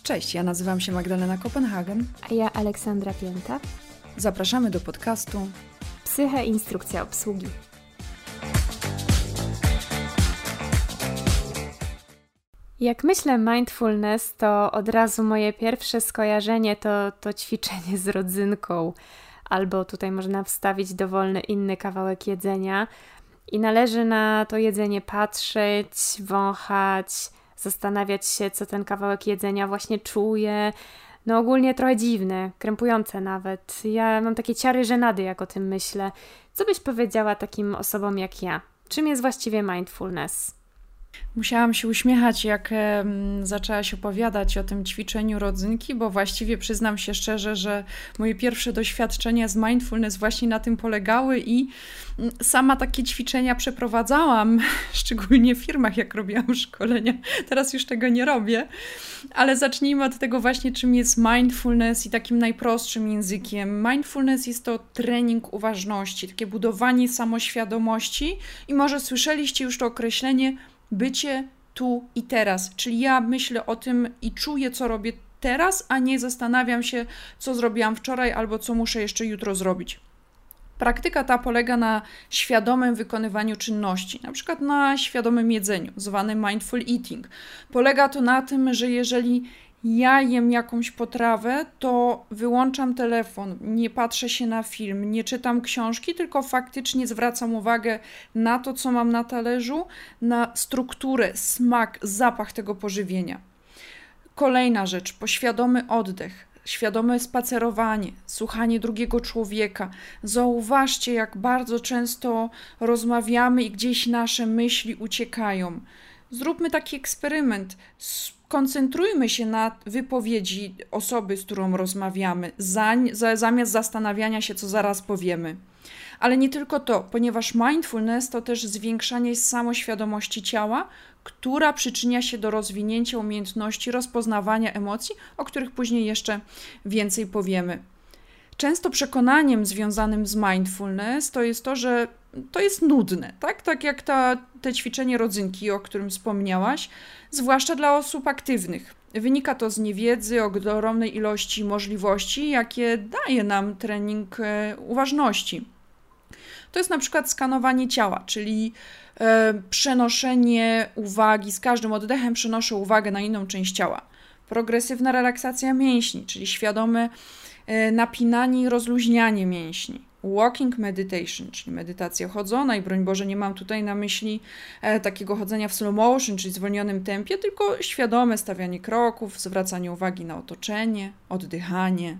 Cześć, ja nazywam się Magdalena Kopenhagen. A ja Aleksandra Pięta. Zapraszamy do podcastu Psyche Instrukcja Obsługi. Jak myślę mindfulness, to od razu moje pierwsze skojarzenie to ćwiczenie z rodzynką. Albo tutaj można wstawić dowolny inny kawałek jedzenia i należy na to jedzenie patrzeć, wąchać, zastanawiać się, co ten kawałek jedzenia właśnie czuje. No ogólnie trochę dziwne, krępujące nawet. Ja mam takie ciary żenady, jak o tym myślę. Co byś powiedziała takim osobom jak ja? Czym jest właściwie mindfulness? Musiałam się uśmiechać, jak zaczęłaś opowiadać o tym ćwiczeniu rodzynki, bo właściwie przyznam się szczerze, że moje pierwsze doświadczenia z mindfulness właśnie na tym polegały i sama takie ćwiczenia przeprowadzałam, szczególnie w firmach, jak robiłam szkolenia. Teraz już tego nie robię, ale zacznijmy od tego właśnie, czym jest mindfulness i takim najprostszym językiem. Mindfulness jest to trening uważności, takie budowanie samoświadomości i może słyszeliście już to określenie bycie tu i teraz, czyli ja myślę o tym i czuję, co robię teraz, a nie zastanawiam się, co zrobiłam wczoraj albo co muszę jeszcze jutro zrobić. Praktyka ta polega na świadomym wykonywaniu czynności, na przykład na świadomym jedzeniu, zwanym mindful eating. Polega to na tym, że jeżeli ja jem jakąś potrawę, to wyłączam telefon, nie patrzę się na film, nie czytam książki, tylko faktycznie zwracam uwagę na to, co mam na talerzu, na strukturę, smak, zapach tego pożywienia. Kolejna rzecz, poświadomy oddech, świadome spacerowanie, słuchanie drugiego człowieka. Zauważcie, jak bardzo często rozmawiamy i gdzieś nasze myśli uciekają. Zróbmy taki eksperyment. Koncentrujmy się na wypowiedzi osoby, z którą rozmawiamy, zamiast zastanawiania się, co zaraz powiemy. Ale nie tylko to, ponieważ mindfulness to też zwiększanie samoświadomości ciała, która przyczynia się do rozwinięcia umiejętności rozpoznawania emocji, o których później jeszcze więcej powiemy. Często przekonaniem związanym z mindfulness to jest to, że to jest nudne, tak? Tak jak te ćwiczenie rodzynki, o którym wspomniałaś, zwłaszcza dla osób aktywnych. Wynika to z niewiedzy, ogromnej ilości możliwości, jakie daje nam trening uważności. To jest na przykład skanowanie ciała, czyli przenoszenie uwagi, z każdym oddechem przenoszę uwagę na inną część ciała. Progresywna relaksacja mięśni, czyli świadome napinanie i rozluźnianie mięśni. Walking meditation, czyli medytacja chodzona i broń Boże nie mam tutaj na myśli takiego chodzenia w slow motion, czyli zwolnionym tempie, tylko świadome stawianie kroków, zwracanie uwagi na otoczenie, oddychanie.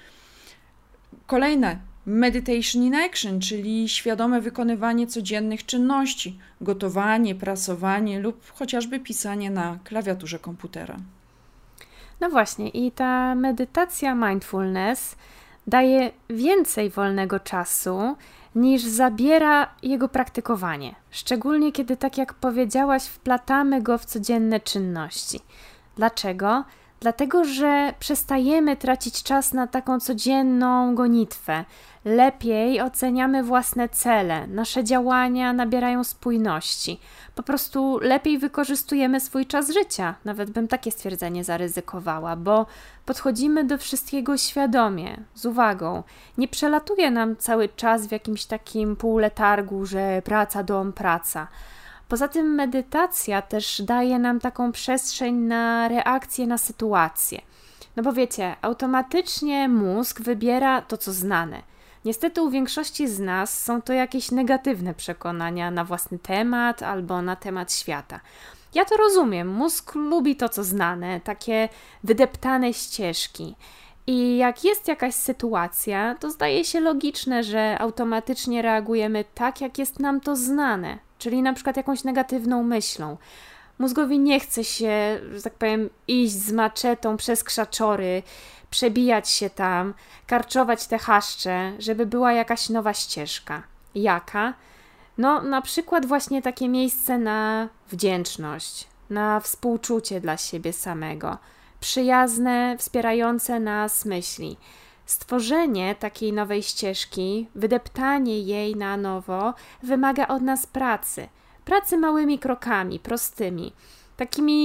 Kolejne, meditation in action, czyli świadome wykonywanie codziennych czynności, gotowanie, prasowanie lub chociażby pisanie na klawiaturze komputera. No właśnie, i ta medytacja mindfulness daje więcej wolnego czasu niż zabiera jego praktykowanie. Szczególnie kiedy, tak jak powiedziałaś, wplatamy go w codzienne czynności. Dlaczego? Dlatego, że przestajemy tracić czas na taką codzienną gonitwę. Lepiej oceniamy własne cele, nasze działania nabierają spójności. Po prostu lepiej wykorzystujemy swój czas życia. Nawet bym takie stwierdzenie zaryzykowała, bo podchodzimy do wszystkiego świadomie, z uwagą. Nie przelatuje nam cały czas w jakimś takim półletargu, że praca, dom, praca. Poza tym medytacja też daje nam taką przestrzeń na reakcję na sytuację. No bo wiecie, automatycznie mózg wybiera to, co znane. Niestety u większości z nas są to jakieś negatywne przekonania na własny temat albo na temat świata. Ja to rozumiem, mózg lubi to, co znane, takie wydeptane ścieżki. I jak jest jakaś sytuacja, to zdaje się logiczne, że automatycznie reagujemy tak, jak jest nam to znane, czyli na przykład jakąś negatywną myślą. Mózgowi nie chce się, że tak powiem, iść z maczetą przez krzaczory, przebijać się tam, karczować te chaszcze, żeby była jakaś nowa ścieżka. Jaka? No, na przykład właśnie takie miejsce na wdzięczność, na współczucie dla siebie samego, przyjazne, wspierające nas myśli. Stworzenie takiej nowej ścieżki, wydeptanie jej na nowo wymaga od nas pracy. Pracy małymi krokami, prostymi. Takimi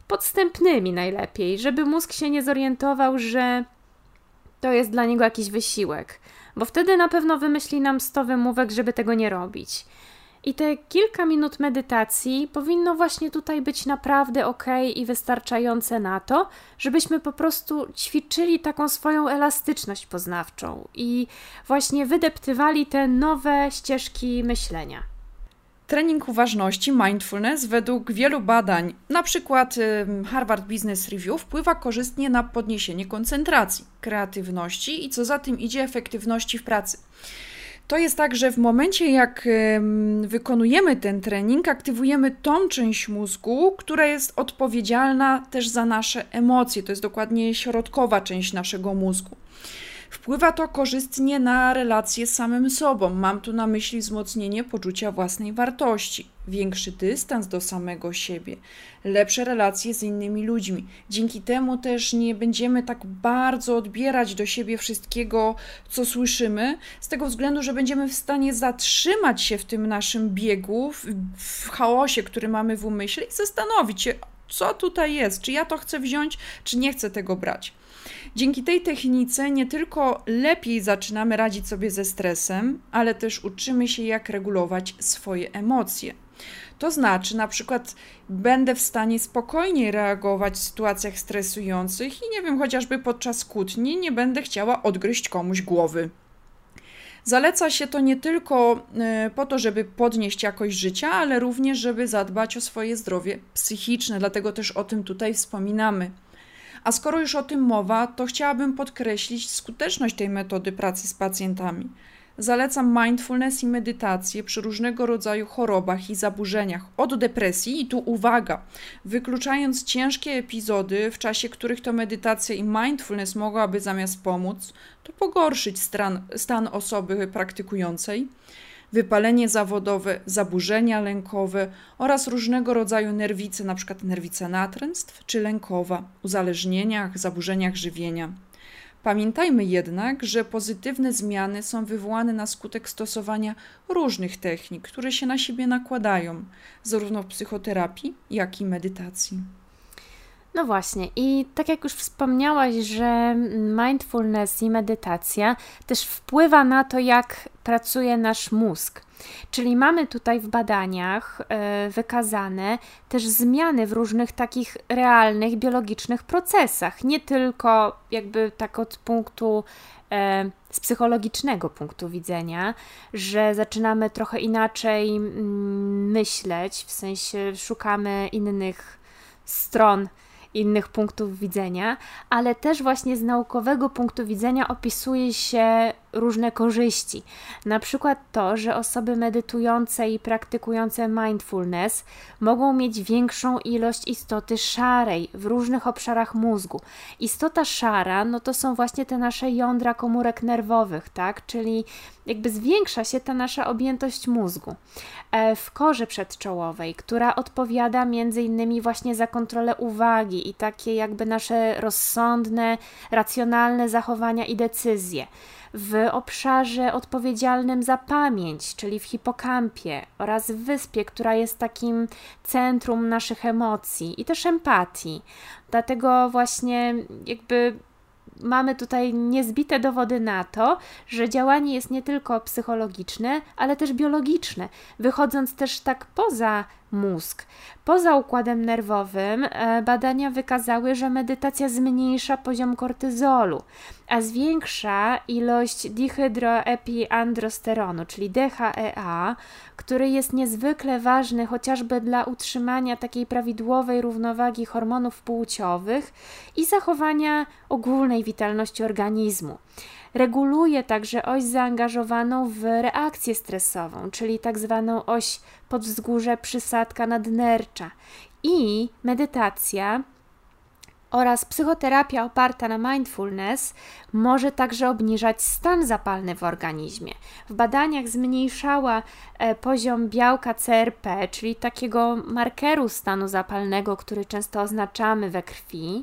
podstępnymi najlepiej, żeby mózg się nie zorientował, że to jest dla niego jakiś wysiłek, bo wtedy na pewno wymyśli nam 100 wymówek, żeby tego nie robić. I te kilka minut medytacji powinno właśnie tutaj być naprawdę okej i wystarczające na to, żebyśmy po prostu ćwiczyli taką swoją elastyczność poznawczą i właśnie wydeptywali te nowe ścieżki myślenia. Trening uważności, mindfulness, według wielu badań, na przykład Harvard Business Review, wpływa korzystnie na podniesienie koncentracji, kreatywności i co za tym idzie efektywności w pracy. To jest tak, że w momencie jak wykonujemy ten trening, aktywujemy tą część mózgu, która jest odpowiedzialna też za nasze emocje. To jest dokładnie środkowa część naszego mózgu. Wpływa to korzystnie na relacje z samym sobą. Mam tu na myśli wzmocnienie poczucia własnej wartości, większy dystans do samego siebie, lepsze relacje z innymi ludźmi. Dzięki temu też nie będziemy tak bardzo odbierać do siebie wszystkiego, co słyszymy, z tego względu, że będziemy w stanie zatrzymać się w tym naszym biegu, w chaosie, który mamy w umyśle i zastanowić się, co tutaj jest, czy ja to chcę wziąć, czy nie chcę tego brać. Dzięki tej technice nie tylko lepiej zaczynamy radzić sobie ze stresem, ale też uczymy się, jak regulować swoje emocje. To znaczy, na przykład będę w stanie spokojniej reagować w sytuacjach stresujących i nie wiem, chociażby podczas kłótni nie będę chciała odgryźć komuś głowy. Zaleca się to nie tylko po to, żeby podnieść jakość życia, ale również, żeby zadbać o swoje zdrowie psychiczne, dlatego też o tym tutaj wspominamy. A skoro już o tym mowa, to chciałabym podkreślić skuteczność tej metody pracy z pacjentami. Zalecam mindfulness i medytację przy różnego rodzaju chorobach i zaburzeniach, od depresji, i tu uwaga, wykluczając ciężkie epizody, w czasie których to medytacja i mindfulness mogłaby zamiast pomóc, to pogorszyć stan osoby praktykującej, wypalenie zawodowe, zaburzenia lękowe oraz różnego rodzaju nerwice, np. nerwica natręstw czy lękowa, uzależnieniach, zaburzeniach żywienia. Pamiętajmy jednak, że pozytywne zmiany są wywołane na skutek stosowania różnych technik, które się na siebie nakładają, zarówno w psychoterapii, jak i medytacji. No właśnie, i tak jak już wspomniałaś, że mindfulness i medytacja też wpływa na to, jak pracuje nasz mózg. Czyli mamy tutaj w badaniach wykazane też zmiany w różnych takich realnych, biologicznych procesach. Nie tylko jakby tak od punktu, z psychologicznego punktu widzenia, że zaczynamy trochę inaczej myśleć, w sensie szukamy innych stron, innych punktów widzenia, ale też właśnie z naukowego punktu widzenia opisuje się różne korzyści. Na przykład to, że osoby medytujące i praktykujące mindfulness mogą mieć większą ilość istoty szarej w różnych obszarach mózgu. Istota szara, no to są właśnie te nasze jądra komórek nerwowych, tak? Czyli jakby zwiększa się ta nasza objętość mózgu. W korze przedczołowej, która odpowiada między innymi właśnie za kontrolę uwagi i takie jakby nasze rozsądne, racjonalne zachowania i decyzje. W obszarze odpowiedzialnym za pamięć, czyli w hipokampie oraz w wyspie, która jest takim centrum naszych emocji i też empatii. Dlatego właśnie jakby mamy tutaj niezbite dowody na to, że działanie jest nie tylko psychologiczne, ale też biologiczne, wychodząc też tak poza mózg. Poza układem nerwowym badania wykazały, że medytacja zmniejsza poziom kortyzolu, a zwiększa ilość dihydroepiandrosteronu, czyli DHEA, który jest niezwykle ważny chociażby dla utrzymania takiej prawidłowej równowagi hormonów płciowych i zachowania ogólnej witalności organizmu. Reguluje także oś zaangażowaną w reakcję stresową, czyli tak zwaną oś podwzgórze przysadka nadnercza. I medytacja oraz psychoterapia oparta na mindfulness może także obniżać stan zapalny w organizmie. W badaniach zmniejszała poziom białka CRP, czyli takiego markeru stanu zapalnego, który często oznaczamy we krwi,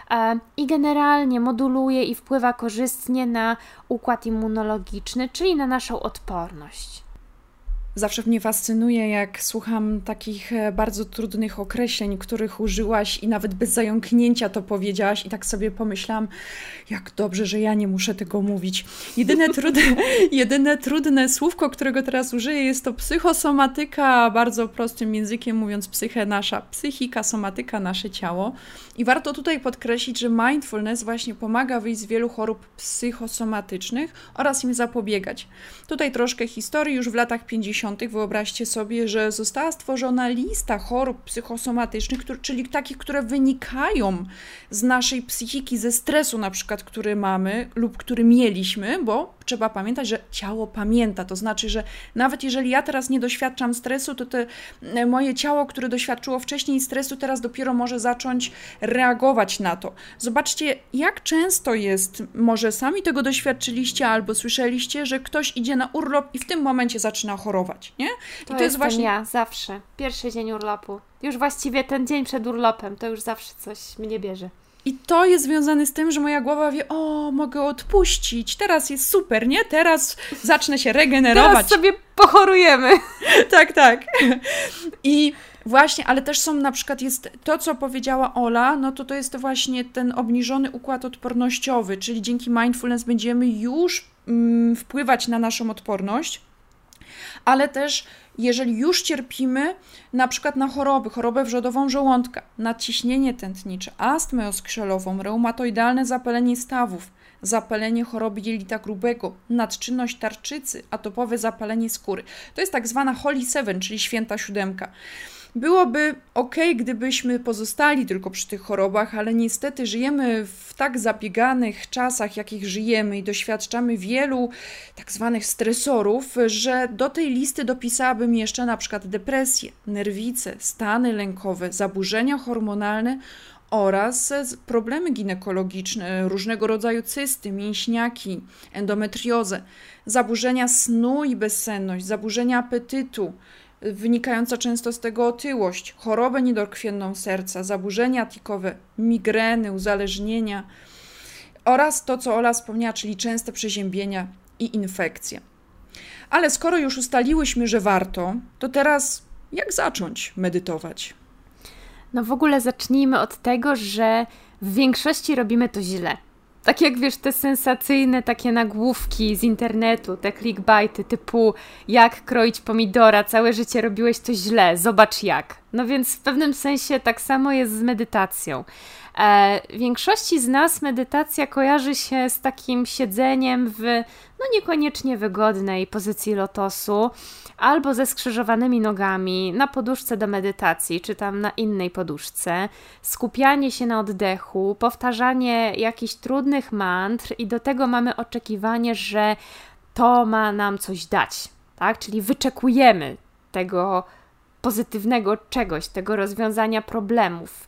i generalnie moduluje i wpływa korzystnie na układ immunologiczny, czyli na naszą odporność. Zawsze mnie fascynuje, jak słucham takich bardzo trudnych określeń, których użyłaś i nawet bez zająknięcia to powiedziałaś i tak sobie pomyślałam, jak dobrze, że ja nie muszę tego mówić. Jedyne trudne słówko, którego teraz użyję, jest to psychosomatyka, bardzo prostym językiem mówiąc psyche nasza psychika, somatyka nasze ciało. I warto tutaj podkreślić, że mindfulness właśnie pomaga wyjść z wielu chorób psychosomatycznych oraz im zapobiegać. Tutaj troszkę historii, już w latach 50. wyobraźcie sobie, że została stworzona lista chorób psychosomatycznych, czyli takich, które wynikają z naszej psychiki, ze stresu na przykład, który mamy lub który mieliśmy, bo trzeba pamiętać, że ciało pamięta, to znaczy, że nawet jeżeli ja teraz nie doświadczam stresu, to moje ciało, które doświadczyło wcześniej stresu, teraz dopiero może zacząć reagować na to. Zobaczcie, jak często jest, może sami tego doświadczyliście albo słyszeliście, że ktoś idzie na urlop i w tym momencie zaczyna chorować, nie? To jest właśnie ja, zawsze. Pierwszy dzień urlopu. Już właściwie ten dzień przed urlopem, to już zawsze coś mnie bierze. I to jest związane z tym, że moja głowa wie, mogę odpuścić, teraz jest super, nie? Teraz zacznę się regenerować. Teraz sobie pochorujemy. Tak. I właśnie, ale też są na przykład, jest to, co powiedziała Ola, no to jest właśnie ten obniżony układ odpornościowy, czyli dzięki mindfulness będziemy już wpływać na naszą odporność, ale też jeżeli już cierpimy na przykład na chorobę wrzodową żołądka, nadciśnienie tętnicze, astmę oskrzelową, reumatoidalne zapalenie stawów, zapalenie choroby jelita grubego, nadczynność tarczycy, atopowe zapalenie skóry. To jest tak zwana Holy Seven, czyli święta siódemka. Byłoby okej, gdybyśmy pozostali tylko przy tych chorobach, ale niestety żyjemy w tak zabieganych czasach, jakich żyjemy i doświadczamy wielu tak zwanych stresorów, że do tej listy dopisałabym jeszcze na przykład depresję, nerwice, stany lękowe, zaburzenia hormonalne oraz problemy ginekologiczne, różnego rodzaju cysty, mięśniaki, endometriozę, zaburzenia snu i bezsenność, zaburzenia apetytu, wynikająca często z tego otyłość, chorobę niedokrwienną serca, zaburzenia tikowe, migreny, uzależnienia oraz to, co Ola wspomniała, czyli częste przeziębienia i infekcje. Ale skoro już ustaliłyśmy, że warto, to teraz jak zacząć medytować? No w ogóle zacznijmy od tego, że w większości robimy to źle. Tak jak wiesz, te sensacyjne takie nagłówki z internetu, te clickbaity typu jak kroić pomidora, całe życie robiłeś to źle, zobacz jak. No więc w pewnym sensie tak samo jest z medytacją. Większości z nas medytacja kojarzy się z takim siedzeniem w niekoniecznie wygodnej pozycji lotosu albo ze skrzyżowanymi nogami na poduszce do medytacji, czy tam na innej poduszce, skupianie się na oddechu, powtarzanie jakichś trudnych mantr i do tego mamy oczekiwanie, że to ma nam coś dać, tak? Czyli wyczekujemy tego pozytywnego czegoś, tego rozwiązania problemów.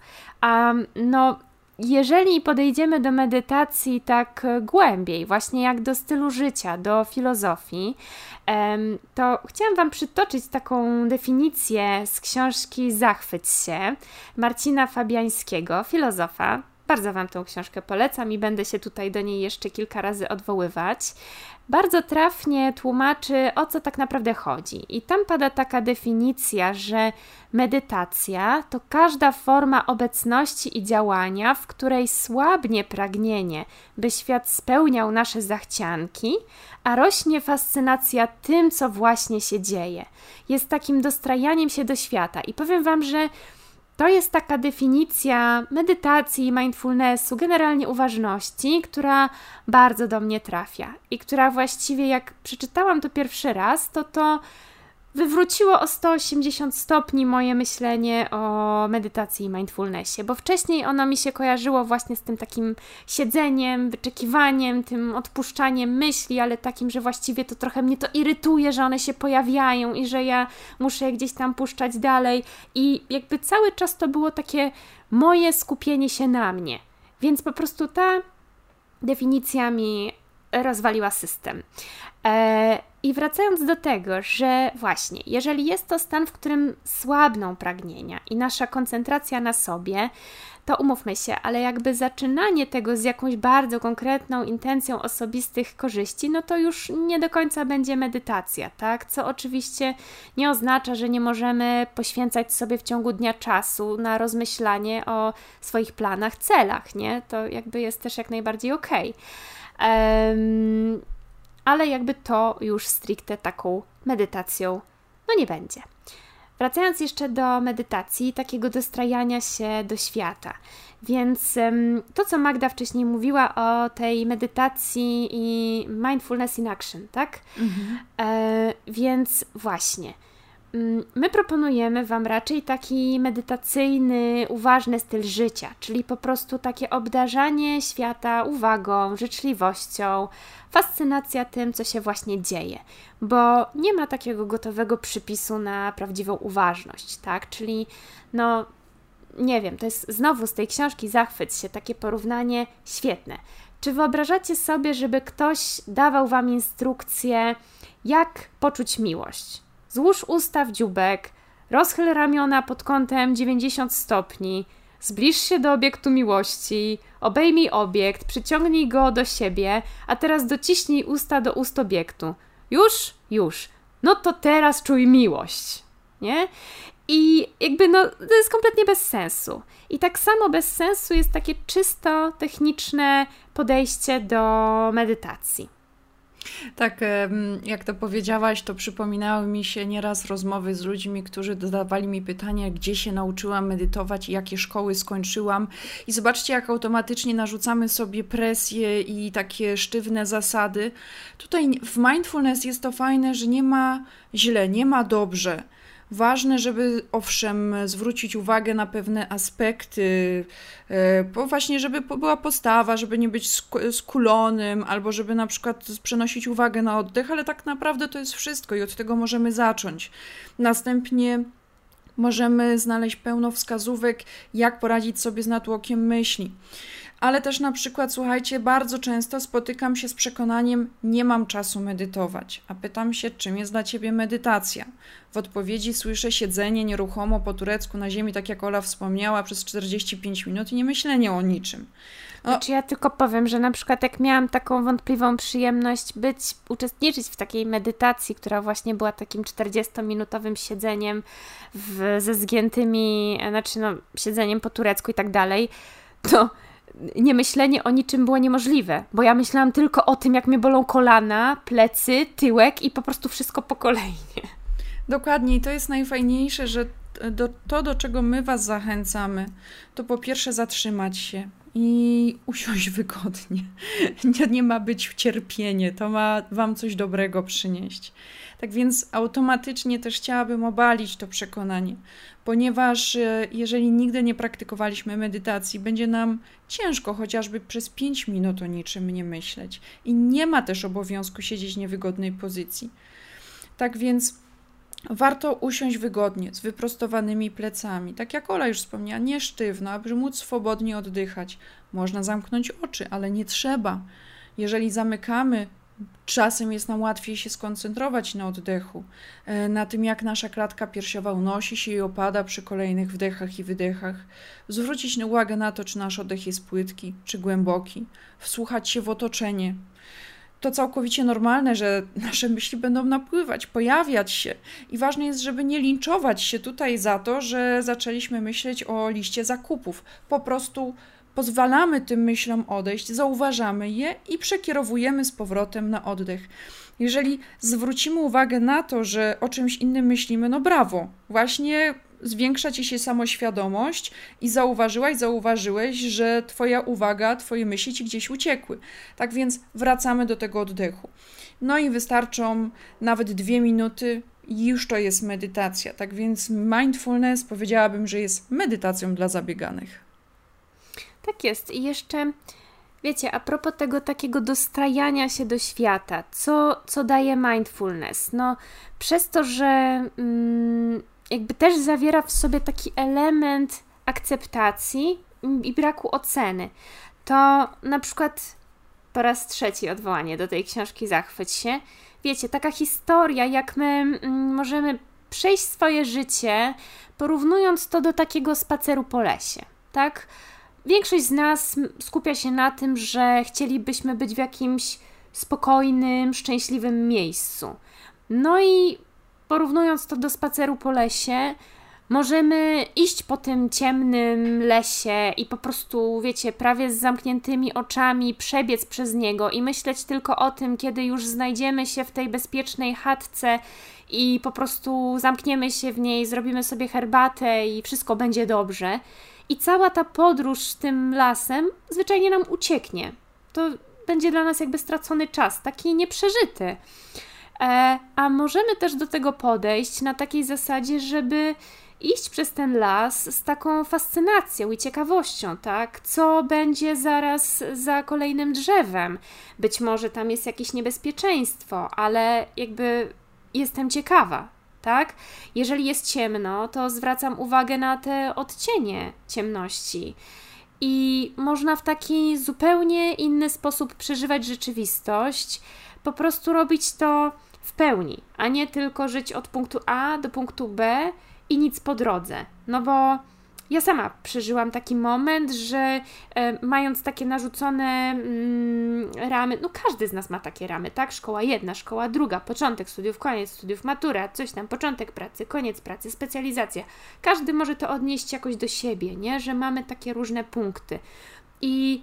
Jeżeli podejdziemy do medytacji tak głębiej, właśnie jak do stylu życia, do filozofii, to chciałam Wam przytoczyć taką definicję z książki Zachwyć się Marcina Fabiańskiego, filozofa. Bardzo Wam tę książkę polecam i będę się tutaj do niej jeszcze kilka razy odwoływać. Bardzo trafnie tłumaczy, o co tak naprawdę chodzi. I tam pada taka definicja, że medytacja to każda forma obecności i działania, w której słabnie pragnienie, by świat spełniał nasze zachcianki, a rośnie fascynacja tym, co właśnie się dzieje. Jest takim dostrajaniem się do świata. I powiem Wam, że to jest taka definicja medytacji, mindfulnessu, generalnie uważności, która bardzo do mnie trafia i która właściwie jak przeczytałam to pierwszy raz, to wywróciło o 180 stopni moje myślenie o medytacji i mindfulnessie, bo wcześniej ono mi się kojarzyło właśnie z tym takim siedzeniem, wyczekiwaniem, tym odpuszczaniem myśli, ale takim, że właściwie to trochę mnie to irytuje, że one się pojawiają i że ja muszę je gdzieś tam puszczać dalej i jakby cały czas to było takie moje skupienie się na mnie, więc po prostu ta definicja mi rozwaliła system. I wracając do tego, że właśnie, jeżeli jest to stan, w którym słabną pragnienia i nasza koncentracja na sobie, to umówmy się, ale jakby zaczynanie tego z jakąś bardzo konkretną intencją osobistych korzyści, no to już nie do końca będzie medytacja, tak? Co oczywiście nie oznacza, że nie możemy poświęcać sobie w ciągu dnia czasu na rozmyślanie o swoich planach, celach, nie? To jakby jest też jak najbardziej okej. Ale jakby to już stricte taką medytacją no nie będzie. Wracając jeszcze do medytacji, takiego dostrajania się do świata. Więc to, co Magda wcześniej mówiła o tej medytacji i mindfulness in action, tak? Więc właśnie, my proponujemy Wam raczej taki medytacyjny, uważny styl życia, czyli po prostu takie obdarzanie świata uwagą, życzliwością, fascynacja tym, co się właśnie dzieje, bo nie ma takiego gotowego przypisu na prawdziwą uważność, tak? Czyli no, nie wiem, to jest znowu z tej książki Zachwyć się, takie porównanie świetne. Czy wyobrażacie sobie, żeby ktoś dawał Wam instrukcję, jak poczuć miłość? Złóż usta w dzióbek, rozchyl ramiona pod kątem 90 stopni, zbliż się do obiektu miłości, obejmij obiekt, przyciągnij go do siebie, a teraz dociśnij usta do ust obiektu. Już? Już. No to teraz czuj miłość, nie? I jakby no, to jest kompletnie bez sensu. I tak samo bez sensu jest takie czysto techniczne podejście do medytacji. Tak, jak to powiedziałaś, to przypominały mi się nieraz rozmowy z ludźmi, którzy zadawali mi pytania, gdzie się nauczyłam medytować i jakie szkoły skończyłam. I zobaczcie, jak automatycznie narzucamy sobie presję i takie sztywne zasady. Tutaj w mindfulness jest to fajne, że nie ma źle, nie ma dobrze. Ważne, żeby owszem zwrócić uwagę na pewne aspekty, bo właśnie żeby była postawa, żeby nie być skulonym, albo żeby na przykład przenosić uwagę na oddech, ale tak naprawdę to jest wszystko i od tego możemy zacząć. Następnie możemy znaleźć pełno wskazówek, jak poradzić sobie z natłokiem myśli. Ale też na przykład, słuchajcie, bardzo często spotykam się z przekonaniem, nie mam czasu medytować, a pytam się, czym jest dla Ciebie medytacja. W odpowiedzi słyszę siedzenie nieruchomo po turecku na ziemi, tak jak Ola wspomniała, przez 45 minut i nie myślenie o niczym. Znaczy ja tylko powiem, że na przykład jak miałam taką wątpliwą przyjemność uczestniczyć w takiej medytacji, która właśnie była takim 40-minutowym siedzeniem ze zgiętymi, siedzeniem po turecku i tak dalej, to nie myślenie o niczym było niemożliwe, bo ja myślałam tylko o tym, jak mnie bolą kolana, plecy, tyłek i po prostu wszystko po kolei. Dokładnie i to jest najfajniejsze, że do czego my Was zachęcamy, to po pierwsze zatrzymać się i usiąść wygodnie. Nie ma być cierpienie, to ma Wam coś dobrego przynieść. Tak więc automatycznie też chciałabym obalić to przekonanie, ponieważ jeżeli nigdy nie praktykowaliśmy medytacji, będzie nam ciężko chociażby przez 5 minut o niczym nie myśleć i nie ma też obowiązku siedzieć w niewygodnej pozycji. Tak więc warto usiąść wygodnie, z wyprostowanymi plecami, tak jak Ola już wspomniała, nie sztywno, aby móc swobodnie oddychać. Można zamknąć oczy, ale nie trzeba. Jeżeli zamykamy, czasem jest nam łatwiej się skoncentrować na oddechu, na tym, jak nasza klatka piersiowa unosi się i opada przy kolejnych wdechach i wydechach. Zwrócić uwagę na to, czy nasz oddech jest płytki, czy głęboki. Wsłuchać się w otoczenie. To całkowicie normalne, że nasze myśli będą napływać, pojawiać się. I ważne jest, żeby nie linczować się tutaj za to, że zaczęliśmy myśleć o liście zakupów. Po prostu pozwalamy tym myślom odejść, zauważamy je i przekierowujemy z powrotem na oddech. Jeżeli zwrócimy uwagę na to, że o czymś innym myślimy, no brawo, właśnie zwiększa Ci się samoświadomość i zauważyłeś, że Twoja uwaga, Twoje myśli Ci gdzieś uciekły. Tak więc wracamy do tego oddechu. No i wystarczą nawet 2 minuty i już to jest medytacja. Tak więc mindfulness powiedziałabym, że jest medytacją dla zabieganych. Tak jest. I jeszcze, wiecie, a propos tego takiego dostrajania się do świata, co daje mindfulness? No, przez to, że jakby też zawiera w sobie taki element akceptacji i braku oceny, to na przykład po raz 3 odwołanie do tej książki Zachwyć się. wiecie, taka historia, jak my możemy przejść swoje życie, porównując to do takiego spaceru po lesie, tak? Większość z nas skupia się na tym, że chcielibyśmy być w jakimś spokojnym, szczęśliwym miejscu. No i porównując to do spaceru po lesie, możemy iść po tym ciemnym lesie i po prostu, wiecie, prawie z zamkniętymi oczami przebiec przez niego i myśleć tylko o tym, kiedy już znajdziemy się w tej bezpiecznej chatce i po prostu zamkniemy się w niej, zrobimy sobie herbatę i wszystko będzie dobrze. I cała ta podróż tym lasem zwyczajnie nam ucieknie. To będzie dla nas jakby stracony czas, taki nieprzeżyty. A możemy też do tego podejść na takiej zasadzie, żeby iść przez ten las z taką fascynacją i ciekawością, tak? Co będzie zaraz za kolejnym drzewem? Być może tam jest jakieś niebezpieczeństwo, ale jakby jestem ciekawa, tak? Jeżeli jest ciemno, to zwracam uwagę na te odcienie ciemności. I można w taki zupełnie inny sposób przeżywać rzeczywistość, po prostu robić to w pełni, a nie tylko żyć od punktu A do punktu B i nic po drodze. No bo ja sama przeżyłam taki moment, że mając takie narzucone ramy, no każdy z nas ma takie ramy, tak? Szkoła jedna, szkoła druga, początek studiów, koniec studiów, matura, coś tam, początek pracy, koniec pracy, specjalizacja. Każdy może to odnieść jakoś do siebie, nie? Że mamy takie różne punkty. I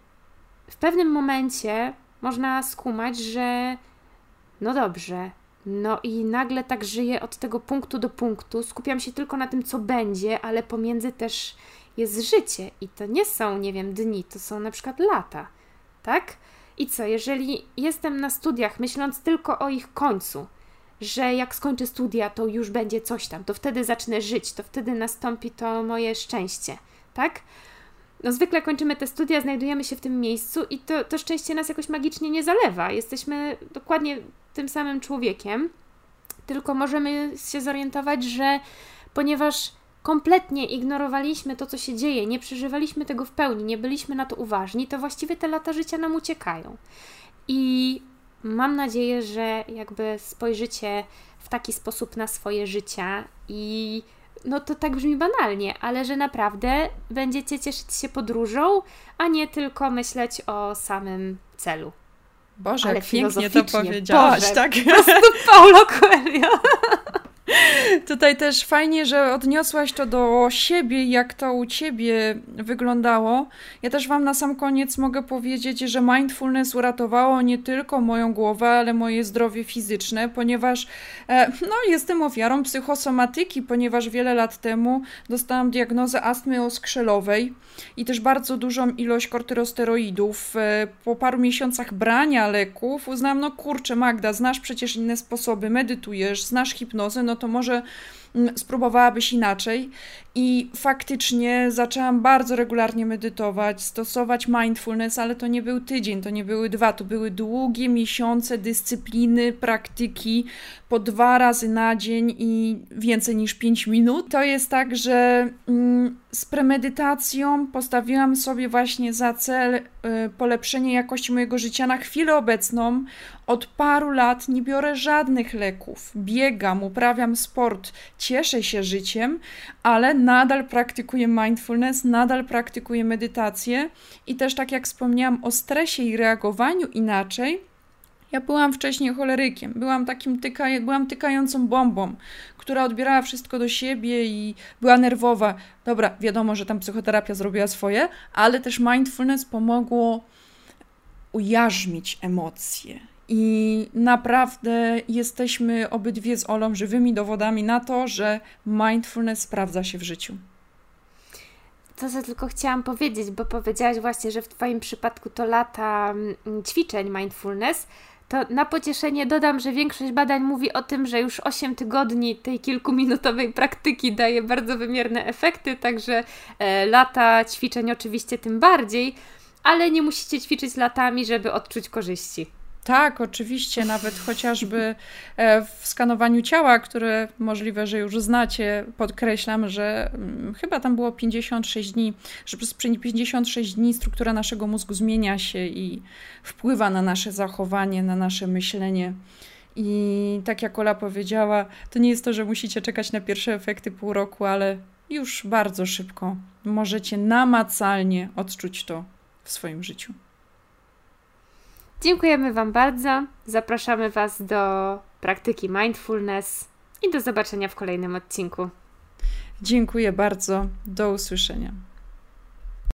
w pewnym momencie można skumać, że no dobrze, no i nagle tak żyję od tego punktu do punktu, skupiam się tylko na tym, co będzie, ale pomiędzy też jest życie i to nie są, nie wiem, dni, to są na przykład lata, tak? I co, jeżeli jestem na studiach, myśląc tylko o ich końcu, że jak skończę studia, to już będzie coś tam, to wtedy zacznę żyć, to wtedy nastąpi to moje szczęście, tak? No zwykle kończymy te studia, znajdujemy się w tym miejscu i to szczęście nas jakoś magicznie nie zalewa. Jesteśmy dokładnie tym samym człowiekiem, tylko możemy się zorientować, że ponieważ kompletnie ignorowaliśmy to, co się dzieje, nie przeżywaliśmy tego w pełni, nie byliśmy na to uważni, to właściwie te lata życia nam uciekają. I mam nadzieję, że jakby spojrzycie w taki sposób na swoje życia i no to tak brzmi banalnie, ale że naprawdę będziecie cieszyć się podróżą, a nie tylko myśleć o samym celu. Boże, ale jak pięknie to powiedziałaś, Boże, tak? Po prostu Paulo Coelho. Tutaj też fajnie, że odniosłaś to do siebie, jak to u ciebie wyglądało. Ja też wam na sam koniec mogę powiedzieć, że mindfulness uratowało nie tylko moją głowę, ale moje zdrowie fizyczne, ponieważ jestem ofiarą psychosomatyki, ponieważ wiele lat temu dostałam diagnozę astmy oskrzelowej i też bardzo dużą ilość kortykosteroidów. Po paru miesiącach brania leków uznałam, no kurczę Magda, znasz przecież inne sposoby, medytujesz, znasz hipnozę, no to może spróbowałabyś inaczej. I faktycznie zaczęłam bardzo regularnie medytować, stosować mindfulness, ale to nie był tydzień, to nie były 2, to były długie miesiące dyscypliny, praktyki po 2 razy na dzień i więcej niż 5 minut. To jest tak, że z premedytacją postawiłam sobie właśnie za cel polepszenie jakości mojego życia na chwilę obecną. Od paru lat nie biorę żadnych leków, biegam, uprawiam sport, cieszę się życiem, ale nadal praktykuję mindfulness, nadal praktykuję medytację i też tak jak wspomniałam o stresie i reagowaniu inaczej, ja byłam wcześniej cholerykiem, byłam tykającą bombą, która odbierała wszystko do siebie i była nerwowa. Dobra, wiadomo, że tam psychoterapia zrobiła swoje, ale też mindfulness pomogło ujarzmić emocje. I naprawdę jesteśmy obydwie z Olą żywymi dowodami na to, że mindfulness sprawdza się w życiu. To, co tylko chciałam powiedzieć, bo powiedziałaś właśnie, że w Twoim przypadku to lata ćwiczeń mindfulness, to na pocieszenie dodam, że większość badań mówi o tym, że już 8 tygodni tej kilkuminutowej praktyki daje bardzo wymierne efekty, także lata ćwiczeń oczywiście tym bardziej, ale nie musicie ćwiczyć latami, żeby odczuć korzyści. Tak, oczywiście, nawet chociażby w skanowaniu ciała, które możliwe, że już znacie, podkreślam, że chyba tam było 56 dni, że przez 56 dni struktura naszego mózgu zmienia się i wpływa na nasze zachowanie, na nasze myślenie I tak jak Ola powiedziała, to nie jest to, że musicie czekać na pierwsze efekty pół roku, ale już bardzo szybko możecie namacalnie odczuć to w swoim życiu. Dziękujemy Wam bardzo. Zapraszamy Was do praktyki mindfulness i do zobaczenia w kolejnym odcinku. Dziękuję bardzo. Do usłyszenia.